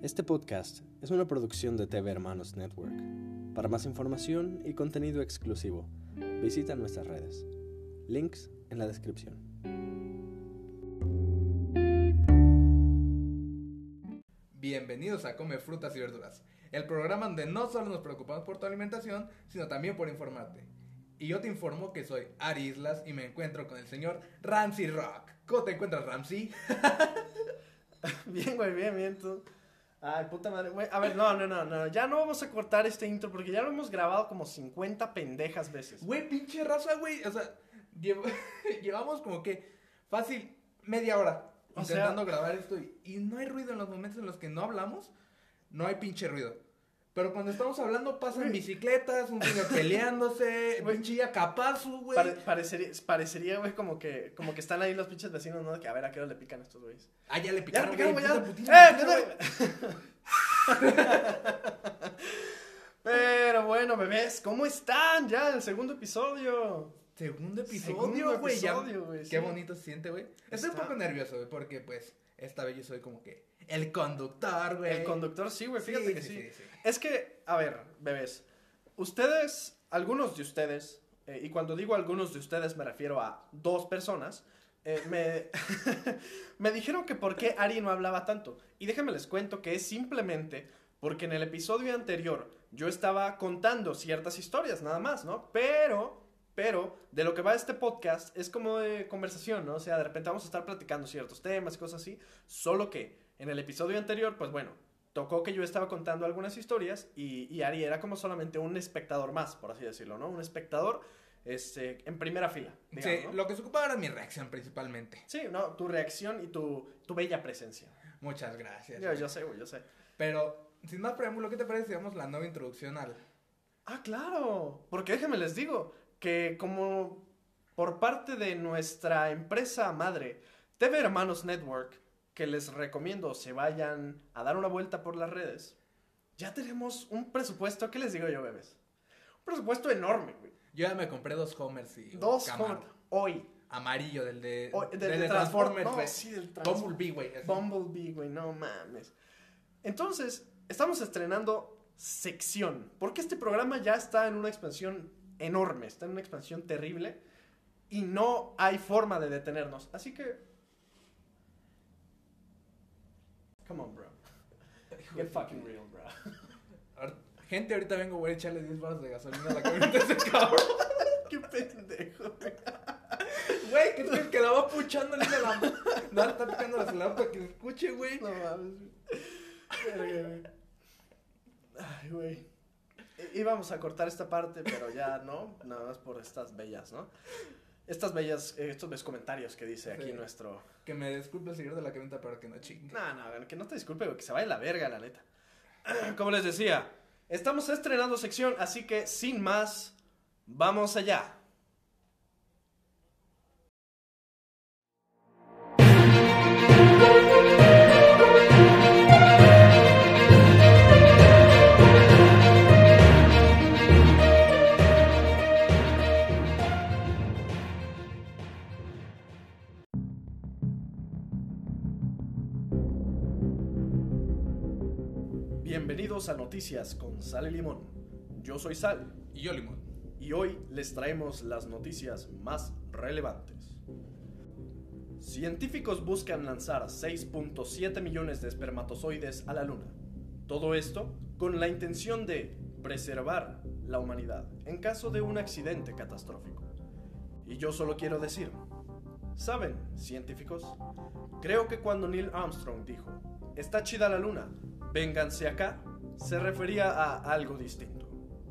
Este podcast es una producción de TV Hermanos Network. Para más información y contenido exclusivo, visita nuestras redes. Links en la descripción. Bienvenidos a Come Frutas y Verduras, el programa donde no solo nos preocupamos por tu alimentación, sino también por informarte. Y yo te informo que soy Ari Islas y me encuentro con el señor Ramsey Rock. ¿Cómo te encuentras, Ramsey? Bien, güey, bien, tú. Ay, puta madre, güey. A ver, no. Ya no vamos a cortar este intro porque ya lo hemos grabado como 50 pendejas veces. Güey, pinche raza, güey. O sea, llevamos como que fácil media hora intentando grabar esto y no hay ruido en los momentos en los que no hablamos. No hay pinche ruido. Pero cuando estamos hablando pasan bicicletas, un señor peleándose, pinche Capazu, güey. Parecería, güey, como que están ahí los pinches vecinos, ¿no? Que a ver a qué hora le pican estos güeyes. Ah, ya le picaron, güey. Ya. Pero bueno, bebés, ¿cómo están? Ya, el segundo episodio. Segundo episodio, güey. Sí. Qué bonito se siente, güey. Estoy un poco nervioso, güey, porque pues esta vez yo soy como que el conductor, güey. El conductor, sí, güey, fíjate que sí. Sí. Es que, a ver, bebés, algunos de ustedes, y cuando digo algunos de ustedes me refiero a 2 personas, me dijeron que por qué Ari no hablaba tanto. Y déjenme les cuento que es simplemente porque en el episodio anterior yo estaba contando ciertas historias, nada más, ¿no? Pero de lo que va este podcast es como de conversación, ¿no? O sea, de repente vamos a estar platicando ciertos temas, cosas así, solo que en el episodio anterior, pues bueno, tocó que yo estaba contando algunas historias y Ari era como solamente un espectador más, por así decirlo, ¿no? Un espectador en primera fila, digamos, sí, ¿no? lo que se ocupaba era mi reacción principalmente. Sí, no, tu reacción y tu bella presencia. Muchas gracias. Yo sé, güey, yo sé. Pero, sin más preámbulo, ¿qué te parece si damos la nueva introducción al...? Ah, claro, porque déjenme les digo que como por parte de nuestra empresa madre, TV Hermanos Network, que les recomiendo se vayan a dar una vuelta por las redes, ya tenemos un presupuesto, ¿qué les digo yo, bebés? Un presupuesto enorme, güey. Yo ya me compré 2 Homers y 2 Homers, hoy. Amarillo, del de Transformers, güey. No, sí, del Transformers. Bumblebee, güey. Bumblebee, güey, no mames. Entonces, estamos estrenando sección, porque este programa ya está en una expansión enorme, está en una expansión terrible y no hay forma de detenernos. Así que... Come on, bro. Get fucking real, bro. Gente, ahorita vengo, güey, a echarle 10 baros de gasolina a la camioneta de ese cabrón. Qué pendejo, güey. Güey, que te quedaba puchándole la mano. No, está picando la celular para que se escuche, güey. No mames, güey. Ay, güey. Íbamos a cortar esta parte, pero ya no. Nada más por estas bellas, ¿no? Estas bellas, estos bellos comentarios que dice aquí nuestro... Que me disculpe el señor de la camioneta, pero que no chingue. No, que no te disculpe, güey, que se vaya la verga, la neta. Como les decía, estamos estrenando sección, así que sin más, vamos allá. Bienvenidos a Noticias con Sal y Limón. Yo soy Sal. Y yo Limón. Y hoy les traemos las noticias más relevantes. Científicos buscan lanzar 6.7 millones de espermatozoides a la Luna. Todo esto con la intención de preservar la humanidad en caso de un accidente catastrófico. Y yo solo quiero decir, ¿saben, científicos? Creo que cuando Neil Armstrong dijo, está chida la Luna, vénganse acá, se refería a algo distinto.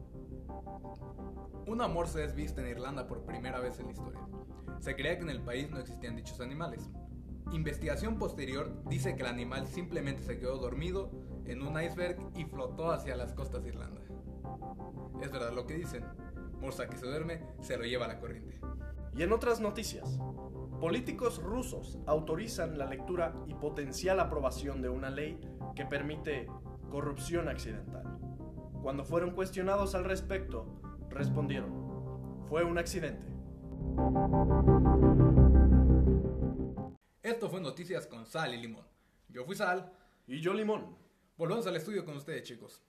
Una morsa es vista en Irlanda por primera vez en la historia. Se creía que en el país no existían dichos animales. Investigación posterior dice que el animal simplemente se quedó dormido en un iceberg y flotó hacia las costas de Irlanda. Es verdad lo que dicen, morsa que se duerme se lo lleva a la corriente. Y en otras noticias, políticos rusos autorizan la lectura y potencial aprobación de una ley que permite corrupción accidental. Cuando fueron cuestionados al respecto, respondieron, fue un accidente. Esto fue Noticias con Sal y Limón. Yo fui Sal. Y yo Limón. Volvemos al estudio con ustedes, chicos.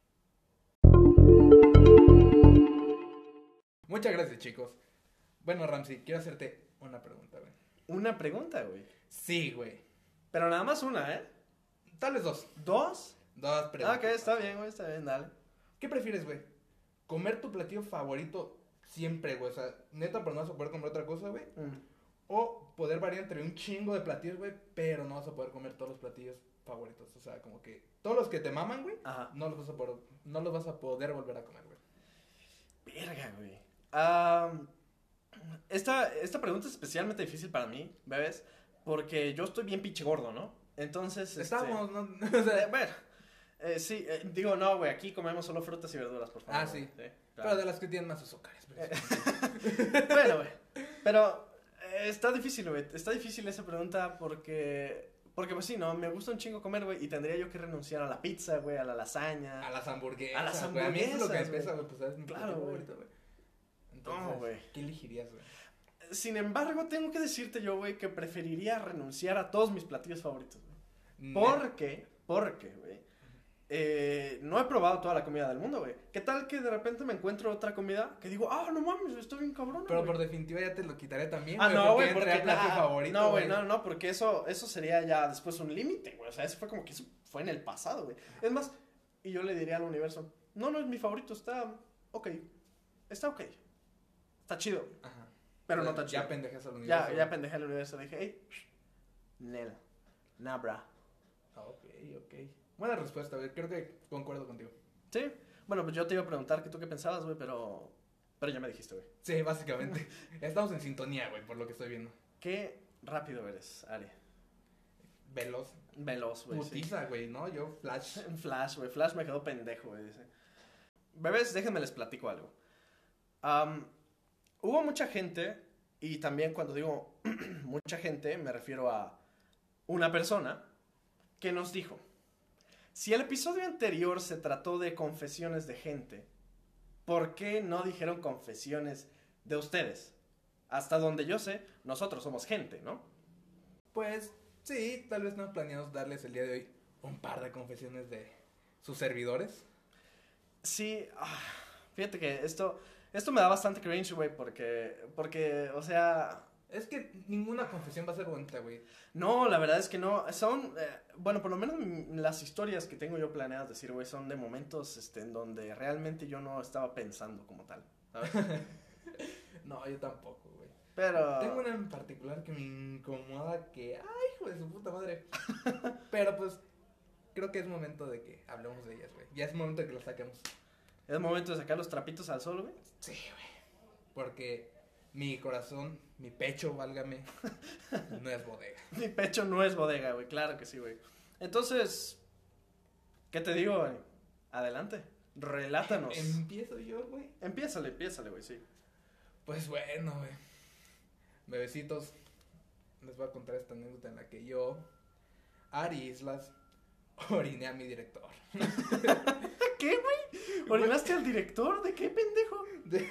Muchas gracias, chicos. Bueno, Ramsey, quiero hacerte una pregunta, güey. ¿Una pregunta, güey? Sí, güey. Pero nada más una, ¿eh? Tal vez dos. ¿Dos? Dos preguntas. Ok, está bien, güey, está bien, dale. ¿Qué prefieres, güey? ¿Comer tu platillo favorito siempre, güey? O sea, neta, pero no vas a poder comer otra cosa, güey. O poder variar entre un chingo de platillos, güey, pero no vas a poder comer todos los platillos favoritos. O sea, como que todos los que te maman, güey, Ajá. no los vas a poder volver a comer, güey. Verga, güey. Esta pregunta es especialmente difícil para mí, ¿ves? Porque yo estoy bien pinche gordo, ¿no? Entonces, Estamos, ¿no? O sea, bueno, sí, digo, no, güey, aquí comemos solo frutas y verduras, por favor. Ah, sí. Claro. Pero de las que tienen más azúcares. Bueno, güey, pero está difícil, güey, está difícil esa pregunta porque pues sí, ¿no? Me gusta un chingo comer, güey, y tendría yo que renunciar a la pizza, güey, a la lasaña. A las hamburguesas. A las güey. A mí eso es lo que me hamburguesas, pesa, güey, pues es mi Claro, platillo güey. favorito, güey. Entonces, No, güey. ¿qué elegirías, güey? Sin embargo, tengo que decirte yo, güey, que preferiría renunciar a todos mis platillos favoritos, güey. Porque, güey, no he probado toda la comida del mundo, güey. ¿Qué tal que de repente me encuentro otra comida que digo, no mames, estoy bien cabrón? Pero güey? por definitiva ya te lo quitaré también, No, güey, porque porque entra plato favorito, no, güey, no, porque eso sería ya después un límite, güey. O sea, eso fue como que eso fue en el pasado, güey. Es más, y yo le diría al universo, no es mi favorito, está ok. Está ok. Está chido, Ajá. pero no tan chido. Ya pendejas al universo. Ya pendejé al universo, dije, hey, Nel, nabra. Ok. Buena respuesta, güey. Creo que concuerdo contigo. Sí, bueno, pues yo te iba a preguntar que tú qué pensabas, güey, pero ya me dijiste, güey. Sí, básicamente. Estamos en sintonía, güey, por lo que estoy viendo. Qué rápido eres, Ari. Veloz, güey. Sí. Putiza, güey, ¿no? Yo, Flash. Un Flash, güey. Flash me quedó pendejo, güey. Dice. Bebés, déjenme les platico algo. Hubo mucha gente, y también cuando digo mucha gente, me refiero a una persona que nos dijo: si el episodio anterior se trató de confesiones de gente, ¿por qué no dijeron confesiones de ustedes? Hasta donde yo sé, nosotros somos gente, ¿no? Pues, sí, tal vez no planeamos darles el día de hoy un par de confesiones de sus servidores. Sí, fíjate que esto me da bastante cringe, güey, porque, o sea... Es que ninguna confesión va a ser bonita, güey. No, la verdad es que no. Son, bueno, por lo menos las historias que tengo yo planeadas decir, güey, son de momentos en donde realmente yo no estaba pensando como tal, ¿sabes? No, yo tampoco, güey. Pero... Tengo una en particular que me incomoda que... ¡Ay, hijo de su puta madre! Pero, pues, creo que es momento de que hablemos de ellas, güey. Ya es momento de que las saquemos. ¿Es momento de sacar los trapitos al sol, güey? Sí, güey. Porque mi corazón, mi pecho, válgame, no es bodega. Mi pecho no es bodega, güey, claro que sí, güey. Entonces, ¿qué te digo, güey? Adelante, relátanos. ¿Empiezo yo, güey? Empiézale, güey, sí. Pues bueno, güey. Bebecitos, les voy a contar esta anécdota en la que yo, Ari Islas, oriné a mi director. ¿Qué, güey? ¿Orinaste al director? ¿De qué, pendejo?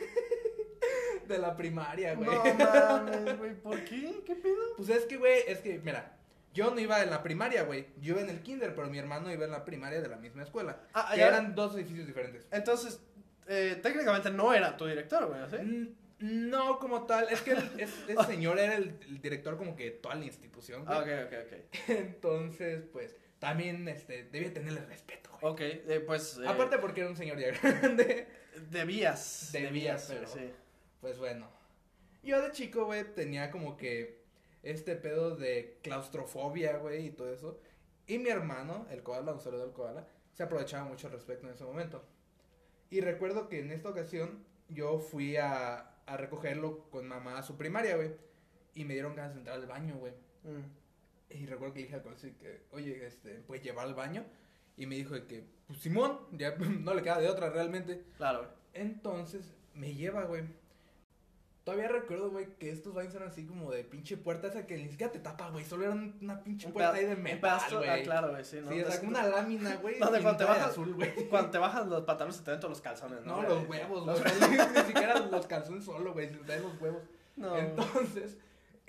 De la primaria, güey. No mames, güey, ¿por qué? ¿Qué pedo? Pues es que, güey, mira, yo no iba en la primaria, güey. Yo iba en el kinder, pero mi hermano iba en la primaria de la misma escuela. Que ya. eran dos edificios diferentes. Entonces, técnicamente no era tu director, güey, ¿sí? No, como tal. Es que ese señor era el director como que de toda la institución, güey. Ok. Entonces, pues, también, debía tenerle respeto, güey. Ok, pues... Aparte porque era un señor ya grande. Debías, pero sí. Pues bueno, yo de chico, güey, tenía como que este pedo de claustrofobia, güey, y todo eso. Y mi hermano, el koala, un saludo al koala, se aprovechaba mucho al respecto en ese momento. Y recuerdo que en esta ocasión yo fui a recogerlo con mamá a su primaria, güey. Y me dieron ganas de entrar al baño, güey. Y recuerdo que le dije al koala así que, oye, ¿puedes llevar al baño? Y me dijo de que, pues Simón, ya no le queda de otra realmente. Claro, güey. Entonces me lleva, güey. Todavía recuerdo, güey, que estos baños eran así como de pinche puerta esa que ni siquiera te tapa, güey. Solo era una pinche puerta ahí de metal, güey. Claro, güey, sí, ¿no? Sí, o sea, como una lámina, güey. Donde cuando te pintada de bajas, azul, güey. cuando te bajas los pantalones se te ven todos los calzones, ¿no? No, los huevos, güey. Ni siquiera los calzones solo, güey. Se te ven los huevos. No. Entonces,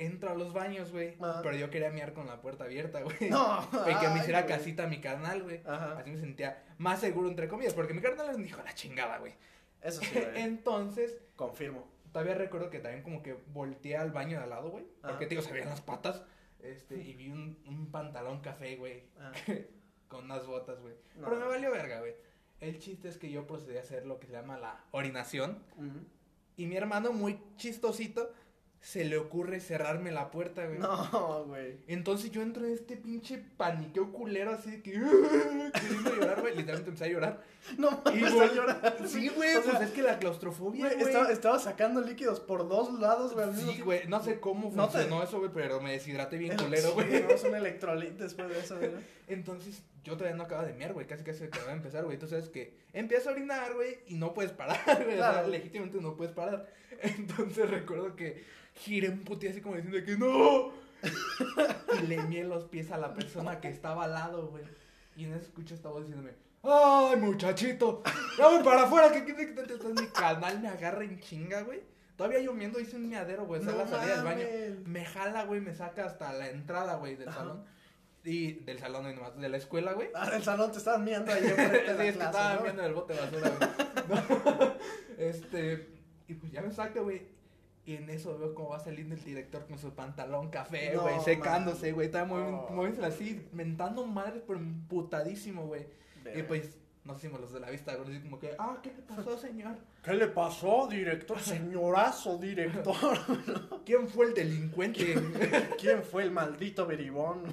entro a los baños, güey. Ajá. Pero yo quería miar con la puerta abierta, güey. No. Y que me hiciera Ay, güey. casita a mi carnal, güey. Ajá. Así me sentía más seguro, entre comillas. Porque mi carnal me dijo a la chingada, güey. Eso sí, güey. Entonces, Confirmo. todavía recuerdo que también como que volteé al baño de al lado, güey. Ajá. Porque, te digo, se veían las patas. Y vi un pantalón café, güey. Ajá. Con unas botas, güey. No. Pero me valió verga, güey. El chiste es que yo procedí a hacer lo que se llama la orinación. Ujú. Y mi hermano, muy chistosito, se le ocurre cerrarme la puerta, güey. No, güey. Entonces yo entro en este pinche paniqueo culero así de que queriendo llorar, güey. Literalmente empecé a llorar. No, Y me güey, está llorando. Sí, güey, O sea, pues es que la claustrofobia, güey, güey. estaba sacando líquidos por dos lados, güey. al mismo Sí, tiempo. güey, no sé cómo No te- funcionó eso, güey, pero me deshidraté bien Sí, culero, güey. no, es un electrolit después de eso, güey. Entonces, yo todavía no acababa de mear, güey, casi acababa de empezar, güey. Tú sabes que empiezas a orinar, güey, y no puedes parar, güey. Claro. O sea, legítimamente no puedes parar. Entonces, recuerdo que giré un puti así como diciendo que ¡no! Y le mié los pies a la persona que estaba al lado, güey. Y en eso escucho esta voz diciéndome, ¡ay, muchachito! ¡Ya voy para afuera! ¿Qué entonces mi canal me agarra en chinga, güey? Todavía yo miendo hice un miadero, güey. Esa es la salida del baño. mames. Me jala, güey, me saca hasta la entrada, güey, del Ajá. salón. Y del salón y nomás, de la escuela, güey. Ah, el salón te estabas miando ahí Sí, enfrente de es la que clase, estaba ¿no? viendo el bote de basura, güey. No. Y pues ya me saca, güey. Y en eso veo cómo va saliendo el director con su pantalón café, No, güey, secándose, mames. güey. Estaba No. moviéndose así, mentando madres, pero emputadísimo, güey. Y Verga. pues, nos hicimos los de la vista, güey, así como que, ¿qué le pasó, señor? ¿Qué le pasó, director? Señorazo, director. ¿Quién fue el delincuente? ¿Quién fue el maldito beribón?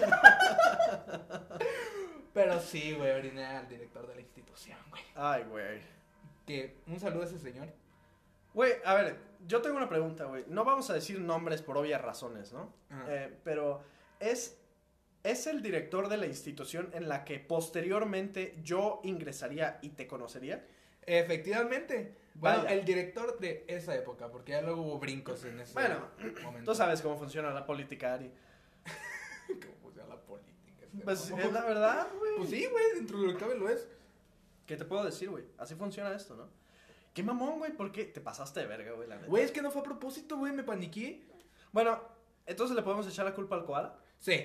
Pero sí, güey, oriné al director de la institución, güey. Ay, güey. Que un saludo a ese señor. Güey, a ver, yo tengo una pregunta, güey. No vamos a decir nombres por obvias razones, ¿no? Ajá. Pero ¿es el director de la institución en la que posteriormente yo ingresaría y te conocería? Efectivamente. Bueno, Vaya. el director de esa época, porque ya luego hubo brincos en ese Bueno, momento. Tú sabes cómo funciona la política, Ari. ¿Cómo funciona la política? Pues ¿no? es la verdad, güey. Pues sí, güey, dentro de lo que cabe lo es. ¿Qué te puedo decir, güey? Así funciona esto, ¿no? Qué mamón, güey, porque te pasaste de verga, güey, la neta. Güey, es que no fue a propósito, güey, me paniqué. Bueno, entonces le podemos echar la culpa al koala. Sí.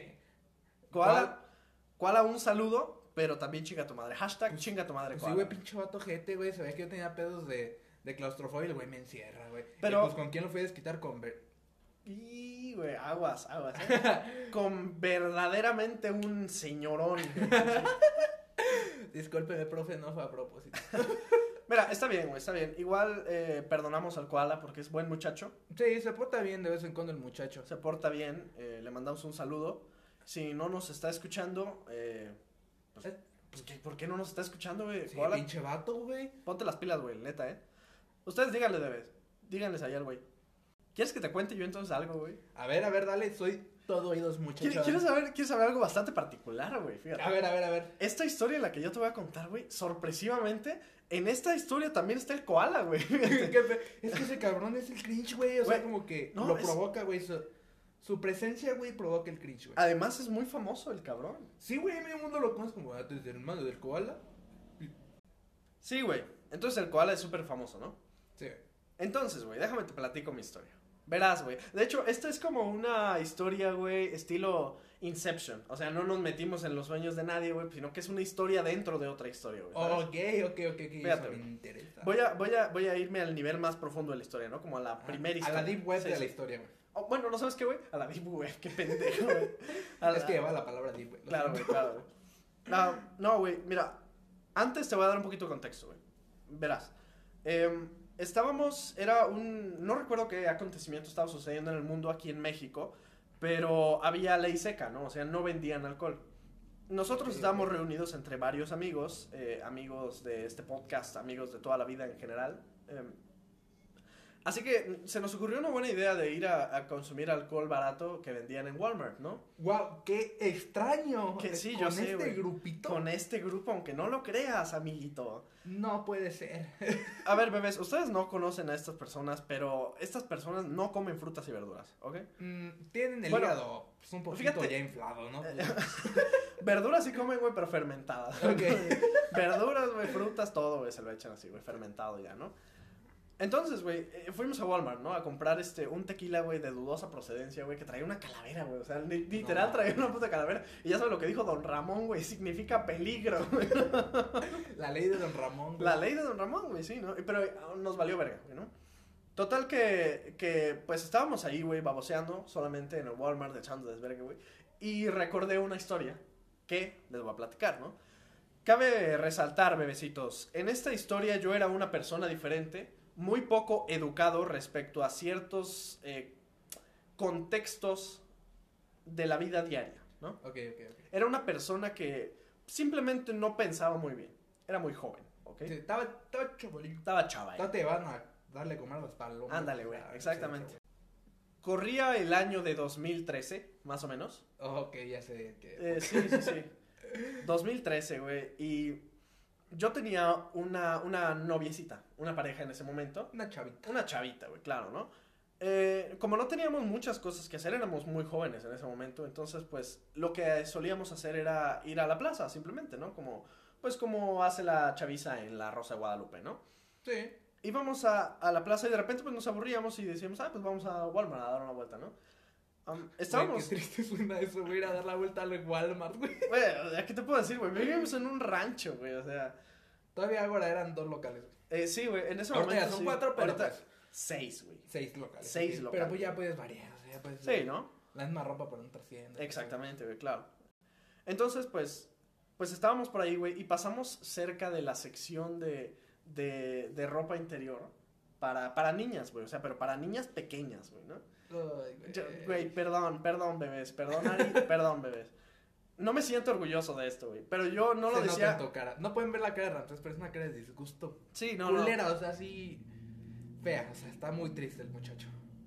Koala, un saludo, pero también chinga tu madre. Hashtag chinga tu madre, Pues sí, koala. güey, pinche vato gente, güey, se ve que yo tenía pedos de claustrofobia y el güey me encierra, güey. Pero- Y pues, ¿con quién lo fui a desquitar? Y, güey, aguas, Con verdaderamente un señorón. Discúlpeme, profe, no fue a propósito. Mira, está bien, güey, está bien. Igual perdonamos al koala porque es buen muchacho. Sí, se porta bien de vez en cuando el muchacho. Se porta bien. Le mandamos un saludo. Si no nos está escuchando, ¿por qué no nos está escuchando, güey? Sí, Koala, pinche vato, güey. ponte las pilas, güey, neta, Ustedes díganle de vez. Díganles ahí al güey. ¿Quieres que te cuente yo entonces algo, güey? A ver, dale, soy todo oídos, muchacho. ¿Quieres saber algo bastante particular, güey? Fíjate. A ver. Esta historia en la que yo te voy a contar, güey, sorpresivamente, en esta historia también está el koala, güey. Fíjate. Es que ese cabrón es el cringe, güey. O sea, Güey, como que no, lo es- provoca, güey. Su presencia, güey, provoca el cringe, güey. Además es muy famoso el cabrón. Sí, güey, medio mundo lo conoce como desde el hermano del koala. Sí, güey. Entonces el koala es súper famoso, ¿no? Sí. Entonces, güey, déjame te platico mi historia. Verás, güey. De hecho, esta es como una historia, güey, estilo Inception. O sea, no nos metimos en los sueños de nadie, güey, sino que es una historia dentro de otra historia, güey. ¿sabes? Ok. Fíjate, Eso me güey. interesa. Voy a irme al nivel más profundo de la historia, ¿no? Como a la primera A historia. la deep web Sí, de sí. la historia, güey. Oh, bueno, ¿no sabes qué, güey? A la deep web, qué pendejo, güey. Es que lleva la palabra deep, güey. Lo Claro, güey, siento. claro, güey. No, güey, mira. Antes te voy a dar un poquito de contexto, güey. Verás. No recuerdo qué acontecimiento estaba sucediendo en el mundo aquí en México, pero había ley seca, ¿no? O sea, no vendían alcohol. Nosotros Ok, estábamos ok. reunidos entre varios amigos, amigos de este podcast, amigos de toda la vida en general. Así que se nos ocurrió una buena idea de ir a consumir alcohol barato que vendían en Walmart, ¿no? Guau, qué extraño. Que sí, Con yo sé, este güey. grupito. Con este grupo, aunque no lo creas, amiguito. No puede ser. A ver, bebés, ustedes no conocen a estas personas, pero estas personas no comen frutas y verduras, ¿ok? Tienen el Bueno, hígado pues, un poquito fíjate. ya inflado, ¿no? Verduras sí comen, güey, pero fermentadas. Ok. Verduras, güey, frutas, todo, güey, se lo echan así, güey, fermentado ya, ¿no? Entonces, güey, fuimos a Walmart, ¿no? A comprar un tequila, güey, de dudosa procedencia, güey, que traía una calavera, güey. O sea, literal traía una puta calavera. Y ya sabes lo que dijo Don Ramón, güey, significa peligro, güey. La ley de Don Ramón, güey. La ley de Don Ramón, güey, sí, ¿no? Pero nos valió verga, güey, ¿no? Total que pues estábamos ahí, güey, baboseando solamente en el Walmart, echando desvergue, güey. Y recordé una historia que les voy a platicar, ¿no? Cabe resaltar, bebecitos, en esta historia yo era una persona diferente, muy poco educado respecto a ciertos contextos de la vida diaria, ¿no? Ok. Era una persona que simplemente no pensaba muy bien, era muy joven, ¿ok? Sí, estaba chabolín. Estaba chava, No te van a darle comer a los palomas. Ándale, güey, Ah, exactamente. sí, Corría el año de 2013, más o menos. ok, ya sé que... Sí. 2013, güey. Y yo tenía una noviecita, una pareja en ese momento. Una chavita. Una chavita, güey, claro, ¿no? Como no teníamos muchas cosas que hacer, éramos muy jóvenes en ese momento. Entonces, pues, lo que solíamos hacer era ir a la plaza, simplemente, ¿no? Como hace la chaviza en la Rosa de Guadalupe, ¿no? Sí. Íbamos a la plaza y de repente pues nos aburríamos y decíamos, pues vamos a Walmart a dar una vuelta, ¿no? Estábamos... Güey, qué triste suena eso, güey, ir a dar la vuelta al Walmart, güey. Güey, ¿qué te puedo decir, güey? Vivíamos en un rancho, güey, o sea... Todavía ahora eran 2 locales, güey. Sí, güey, en ese Ahorita momento ya son sí. 4, pero Ahorita, pues... 6, güey. 6 locales. 6 ok. locales. Pero pues ya puedes variar, o sea, ya puedes... Sí, ¿no? La misma ropa por un 300. Exactamente, güey, claro. Entonces, pues estábamos por ahí, güey, y pasamos cerca de la sección de ropa interior para niñas, güey, o sea, pero para niñas pequeñas, güey, ¿no? Ay, güey. Güey, perdón, bebés, perdón, Ari, perdón, bebés. No me siento orgulloso de esto, güey, pero yo no lo Se decía... nota en tu cara. No pueden ver la cara de Ramses, pero es una cara de disgusto. Sí, no, Culera, o sea, así... Fea, o sea, está muy triste el muchacho.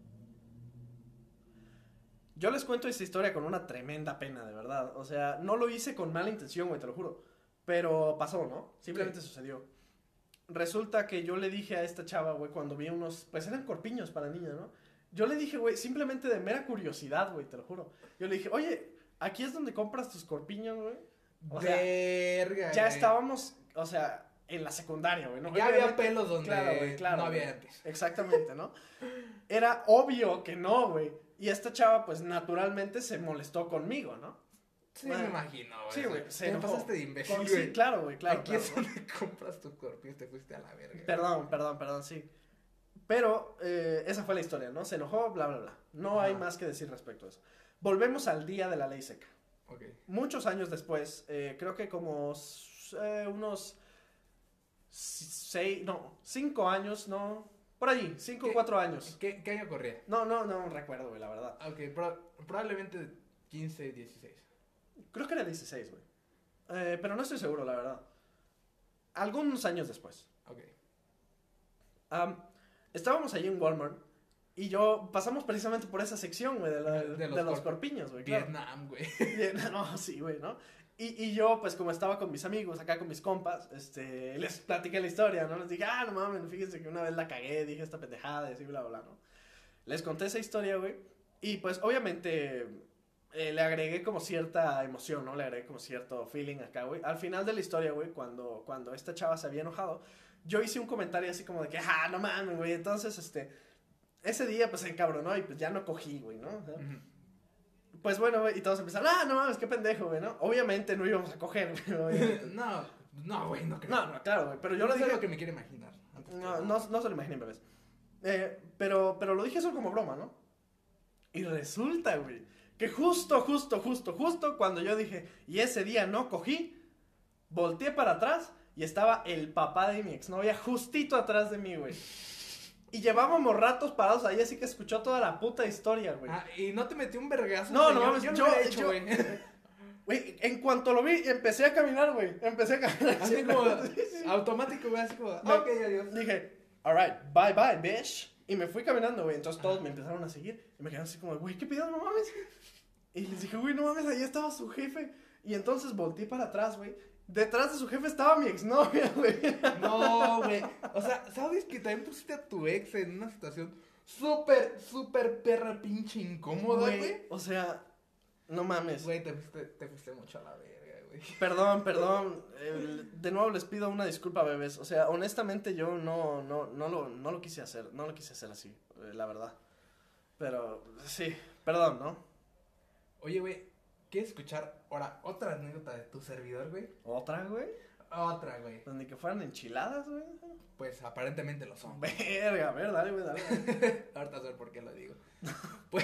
Yo les cuento esta historia con una tremenda pena, de verdad. O sea, no lo hice con mala intención, güey, te lo juro. Pero pasó, ¿no? Simplemente sucedió. Resulta que yo le dije a esta chava, güey, cuando vi unos... Pues eran corpiños para niña, ¿no? Yo le dije, güey, simplemente de mera curiosidad, güey, te lo juro. Yo le dije, oye, ¿aquí es donde compras tus corpiños, güey? O sea, verga, ya güey. estábamos, o sea, en la secundaria, güey, ¿no? Ya había Obviamente, pelos donde claro, güey, claro, no había güey. antes. Exactamente, ¿no? Era obvio que no, güey. Y esta chava, pues, naturalmente se molestó conmigo, ¿no? Sí, Bueno, me imagino, güey. sí, güey, se Te enojó. pasaste de imbécil, Sí, güey. claro, güey, claro. Aquí claro, es ¿no? donde compras tu corpio, te fuiste a la verga. Perdón, sí. Pero esa fue la historia, ¿no? Se enojó, bla, bla, bla. No hay más que decir respecto a eso. Volvemos al día de la ley seca. Ok. Muchos años después, creo que como unos 5 años, ¿no? Por allí, 5 o 4 años. ¿Qué año corría? No recuerdo, güey, la verdad. Ok, probablemente 15, 16. Creo que era 16, güey. Pero no estoy seguro, la verdad. Algunos años después. Ok. Estábamos allí en Walmart y pasamos precisamente por esa sección, güey, de los corpiños, güey. Claro. Vietnam, güey. No, sí, güey, ¿no? Y yo, pues, como estaba con mis amigos, acá con mis compas, les platiqué la historia, ¿no? Les dije, no mames, fíjense que una vez la cagué, dije esta pendejada y así, bla, bla, ¿no? Les conté esa historia, güey, y pues, obviamente, le agregué como cierta emoción, ¿no? Le agregué como cierto feeling acá, güey. Al final de la historia, güey, cuando esta chava se había enojado, yo hice un comentario así como de que, no mames, güey, entonces, ese día, pues, se encabronó y pues ya no cogí, güey, ¿no? O sea, pues bueno, güey, y todos empezaron, no mames, qué pendejo, güey, ¿no? Obviamente no íbamos a coger, güey. No, güey, no creo. No, claro, güey, pero yo lo Sé dije... lo que me quiero imaginar. No se lo imaginen, bebés. Pero lo dije eso como broma, ¿no? Y resulta, güey, que justo cuando yo dije, y ese día no cogí, volteé para atrás y estaba el papá de mi exnovia justito atrás de mí, güey. Y llevábamos ratos parados ahí, así que escuchó toda la puta historia, güey. ¿Y no te metió un vergazo? No, señor? mames, yo no lo he hecho, güey. Güey, en cuanto lo vi, empecé a caminar, güey. Así como automático, güey, así como, ok, adiós. Dije, alright, bye, bitch. Y me fui caminando, güey. Entonces todos me empezaron a seguir. Y me quedaron así como, güey, ¿qué pidas, no mames? Y les dije, güey, no mames, ahí estaba su jefe. Y entonces volteé para atrás, güey. Detrás de su jefe estaba mi exnovia, güey. No, güey. O sea, ¿sabes que también pusiste a tu ex en una situación súper perra pinche incómoda, güey? O sea, no mames. Güey, te fuiste mucho a la verga, güey. güey. Perdón. De nuevo les pido una disculpa, bebés. O sea, honestamente yo no lo quise hacer. No lo quise hacer así, la verdad. Pero, sí, perdón, ¿no? Oye, güey, ¿quieres escuchar ahora otra anécdota de tu servidor, güey? ¿Otra, güey? Otra, güey. Pues ni que fueran enchiladas, güey. Pues aparentemente lo son. Verga, a ver, dale, güey, dale. Ahorita a ver por qué lo digo. Pues,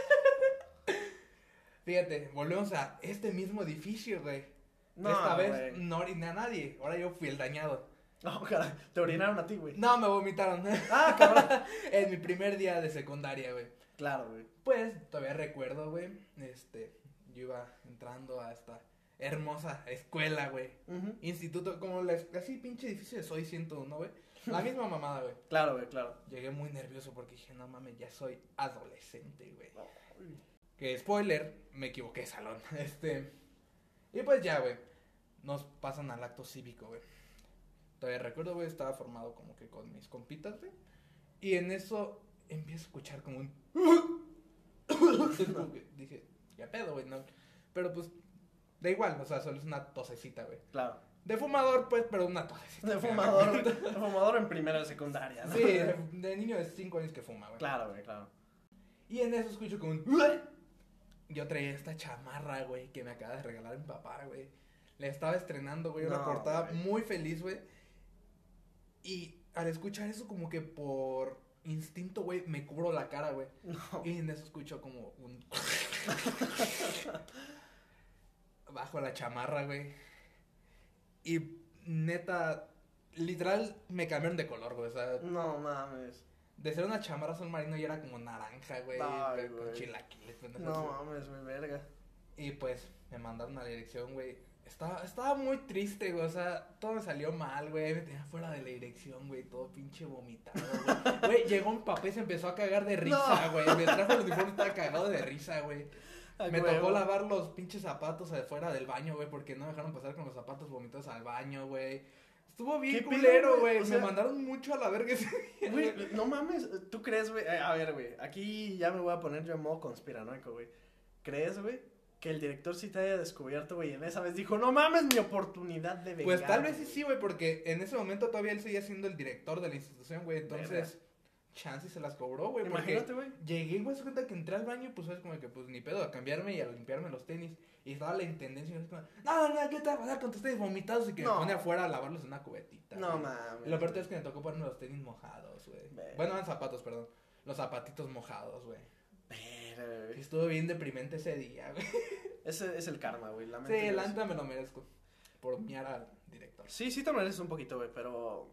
fíjate, volvemos a este mismo edificio, güey. No, Esta vez güey. no oriné a nadie. Ahora yo fui el dañado. No, caray, te orinaron a ti, güey. No, me vomitaron. Ah, cabrón. En mi primer día de secundaria, güey. Claro, güey. Pues, todavía recuerdo, güey. Yo iba entrando a esta hermosa escuela, güey. Ujú. Instituto, como así pinche edificio de Soy 101, güey. La misma mamada, güey. Claro, güey, claro. Llegué muy nervioso porque dije, no mames, ya soy adolescente, güey. Ay. Que spoiler, me equivoqué de salón. Y pues ya, güey. Nos pasan al acto cívico, güey. Todavía recuerdo, güey, estaba formado como que con mis compitas, güey. Y en eso empiezo a escuchar como un... Dije, ya pedo, güey, no. Pero pues, da igual, o sea, solo es una tosecita, güey. Claro. De fumador, pues, pero una tosecita. De fumador en primera de secundaria, ¿no? Sí, de niño de 5 años que fuma, güey. Claro, güey, claro. Y en eso escucho como un... Yo traía esta chamarra, güey, que me acaba de regalar mi papá, güey. La estaba estrenando, güey, una No, portada güey. muy feliz, güey. Y al escuchar eso, como que por instinto, güey, me cubro la cara, güey. No. Y en eso escucho como un... Bajo la chamarra, güey. Y neta, literal, me cambiaron de color, güey. O sea, No mames. de ser una chamarra azul marino y era como naranja, güey. Ay, pero con güey. chilaquiles, pendejo. No mames, güey, verga. Y pues me mandaron a la dirección, güey. Estaba muy triste, güey. O sea, todo me salió mal, güey. Me tenía fuera de la dirección, güey. Todo pinche vomitado, güey. Güey, llegó mi papá y se empezó a cagar de risa, güey. Me trajo el uniforme y estaba cagado de risa, güey. Me tocó lavar los pinches zapatos afuera del baño, güey. Porque no me dejaron pasar con los zapatos vomitados al baño, güey. Estuvo bien ¿Qué culero, pedo, güey. o sea, Me mandaron mucho a la verga ese día, Güey, no mames, ¿tú crees, güey? A ver, güey, aquí ya me voy a poner yo en modo conspiranoico, güey. ¿Crees, güey, que el director sí te haya descubierto, güey, y en esa vez dijo, no mames, mi oportunidad de vengar? Pues tal vez sí, güey, porque en ese momento todavía él seguía siendo el director de la institución, güey. Entonces, chance se las cobró, güey. Imagínate, güey. Llegué, güey, se cuenta que entré al baño y pues es como que, pues ni pedo, a cambiarme y a limpiarme los tenis. Y estaba la intendencia y yo como, no, ¿qué te va a pasar con tus tenis vomitados? Y que No. me pone afuera a lavarlos en una cubetita. No güey. mames. Y lo peor es que me tocó ponerme los tenis mojados, güey. Verga. Bueno, eran zapatos, perdón. Los zapatitos mojados, güey. Verga, güey. Estuvo bien deprimente ese día, güey. Ese es el karma, güey. Sí, la neta me lo merezco. Por miar al director. Sí te mereces un poquito, güey, pero,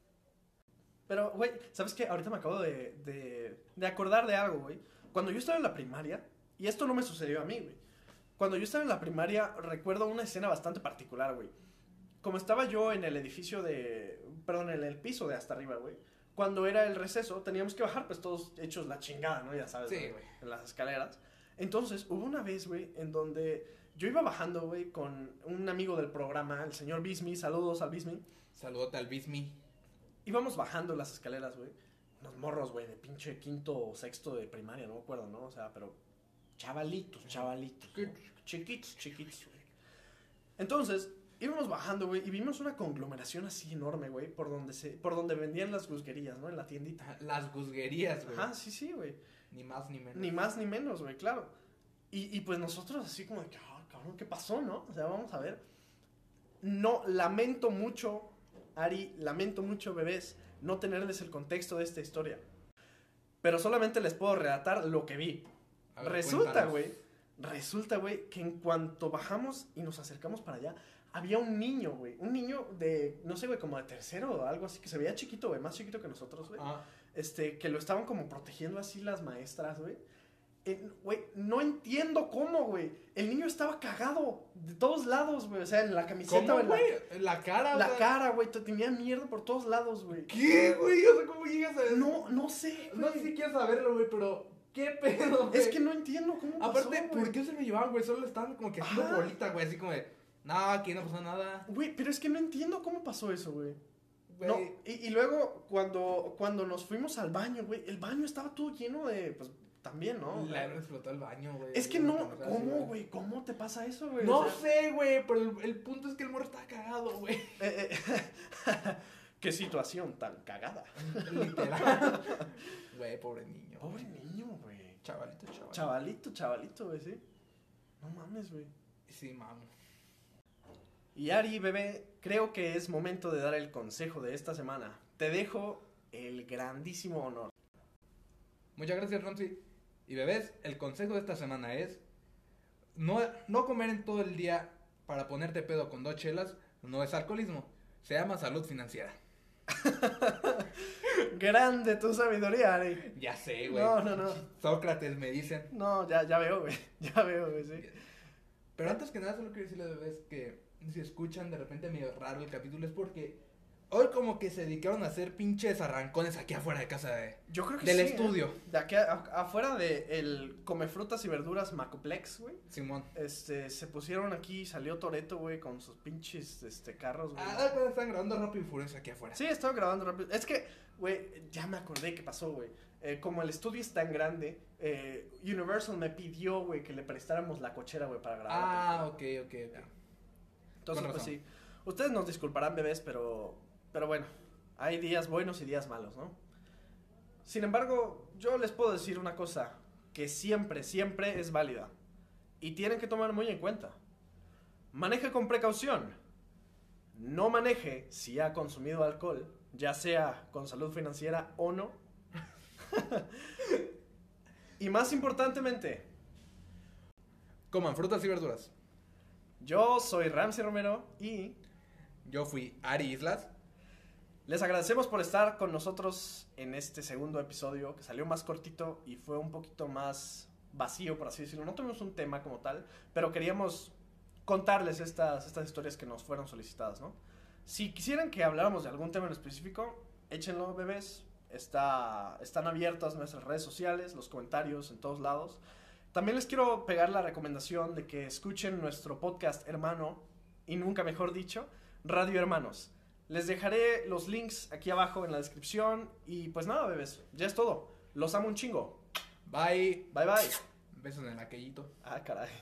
güey, ¿sabes qué? Ahorita me acabo de acordar de algo, güey. Cuando yo estaba en la primaria, y esto no me sucedió a mí, güey. Cuando yo estaba en la primaria, recuerdo una escena bastante particular, güey. Como estaba yo en el edificio perdón, en el piso de hasta arriba, güey. Cuando era el receso, teníamos que bajar, pues todos hechos la chingada, ¿no? Ya sabes, Sí, ¿no? güey. En las escaleras. Entonces, hubo una vez, güey, en donde yo iba bajando, güey, con un amigo del programa, el señor Bismi. Saludos al Bismi. Saludote al Bismi. Íbamos bajando las escaleras, güey. Unos morros, güey, de pinche quinto o sexto de primaria, no me acuerdo, ¿no? O sea, pero chavalitos. ¿no? Chiquitos, güey. Entonces, íbamos bajando, güey, y vimos una conglomeración así enorme, güey, por donde vendían las gusguerías, ¿no? En la tiendita. Las guzguerías, güey. Ajá, sí, güey. Ni más ni menos. Ni más ni menos, güey, claro. Y pues nosotros así como de, cabrón, ¿qué pasó, no? O sea, vamos a ver. No, lamento mucho, Ari, lamento mucho, bebés, no tenerles el contexto de esta historia. Pero solamente les puedo relatar lo que vi. A ver, Resulta, cuéntanos. güey, que en cuanto bajamos y nos acercamos para allá, había un niño, güey. Un niño de, no sé, güey, como de tercero o algo así, que se veía chiquito, güey, más chiquito que nosotros, güey. Ah, Que lo estaban como protegiendo así las maestras, güey. Güey, no entiendo cómo, güey. El niño estaba cagado de todos lados, güey. O sea, en la camiseta, ¿cómo, güey. güey? La cara, o La sea, cara, güey. Tenía mierda por todos lados, güey. ¿Qué, güey? O sea, ¿cómo llegas a eso? No sé, No sé güey. si quieres saberlo, güey, pero ¿qué pedo, güey? Es que no entiendo cómo pasó, Aparte, ¿por güey. qué se lo llevaban, güey? Solo le estaban como que haciendo Ajá. bolita, güey, así como de, no, aquí no pasó nada. Güey, pero es que no entiendo cómo pasó eso, güey. Güey. No, y luego cuando nos fuimos al baño, güey, el baño estaba todo lleno de, pues, también, ¿no? Le explotó el baño, güey. Es que no, ¿cómo, güey? ¿Cómo te pasa eso, güey? No O sea, sé, güey, pero el punto es que el morro estaba cagado, güey. Qué situación tan cagada. Literal. Güey, pobre niño. Pobre niño, güey. Chavalito. Chavalito, güey, sí. No mames, güey. Sí, mamo. Y Ari, bebé, creo que es momento de dar el consejo de esta semana. Te dejo el grandísimo honor. Muchas gracias, Ronzi. Y bebés, el consejo de esta semana es no comer en todo el día para ponerte pedo con 2 chelas no es alcoholismo, se llama salud financiera. Grande tu sabiduría, Ari. Ya sé, güey. No. Sócrates me dicen. No, ya veo, güey. Ya veo, güey, sí. Pero antes que nada solo quiero decirles, bebés, que si escuchan de repente medio raro el capítulo es porque hoy como que se dedicaron a hacer pinches arrancones aquí afuera de casa Yo creo que del sí, estudio. De aquí afuera de el come frutas y verduras Macoplex, güey. Simón. Se pusieron aquí, salió Toretto, güey, con sus pinches carros, güey. Pues están grabando Rápido y Furioso aquí afuera. Sí, estaba grabando rápido. Es que, güey, ya me acordé qué pasó, güey. Como el estudio es tan grande, Universal me pidió, güey, que le prestáramos la cochera, güey, para grabar. Ok. Entonces, Con pues razón. sí. Ustedes nos disculparán, bebés, pero bueno, hay días buenos y días malos, ¿no? Sin embargo, yo les puedo decir una cosa que siempre es válida. Y tienen que tomar muy en cuenta. Maneje con precaución. No maneje si ha consumido alcohol, ya sea con salud financiera o no. Y más importantemente, Coman frutas y verduras. yo soy Ramsey Romero y Yo fui Ari Islas. les agradecemos por estar con nosotros en este segundo episodio, que salió más cortito y fue un poquito más vacío, por así decirlo. No tuvimos un tema como tal, pero queríamos contarles estas historias que nos fueron solicitadas, ¿no? Si quisieran que habláramos de algún tema en específico, échenlo, bebés. Están abiertas nuestras redes sociales, los comentarios en todos lados. También les quiero pegar la recomendación de que escuchen nuestro podcast hermano, y nunca mejor dicho, Radio Hermanos. Les dejaré los links aquí abajo en la descripción. Y pues nada, bebés, ya es todo. Los amo un chingo. Bye. Bye bye. Besos en el aquellito. Ah, caray.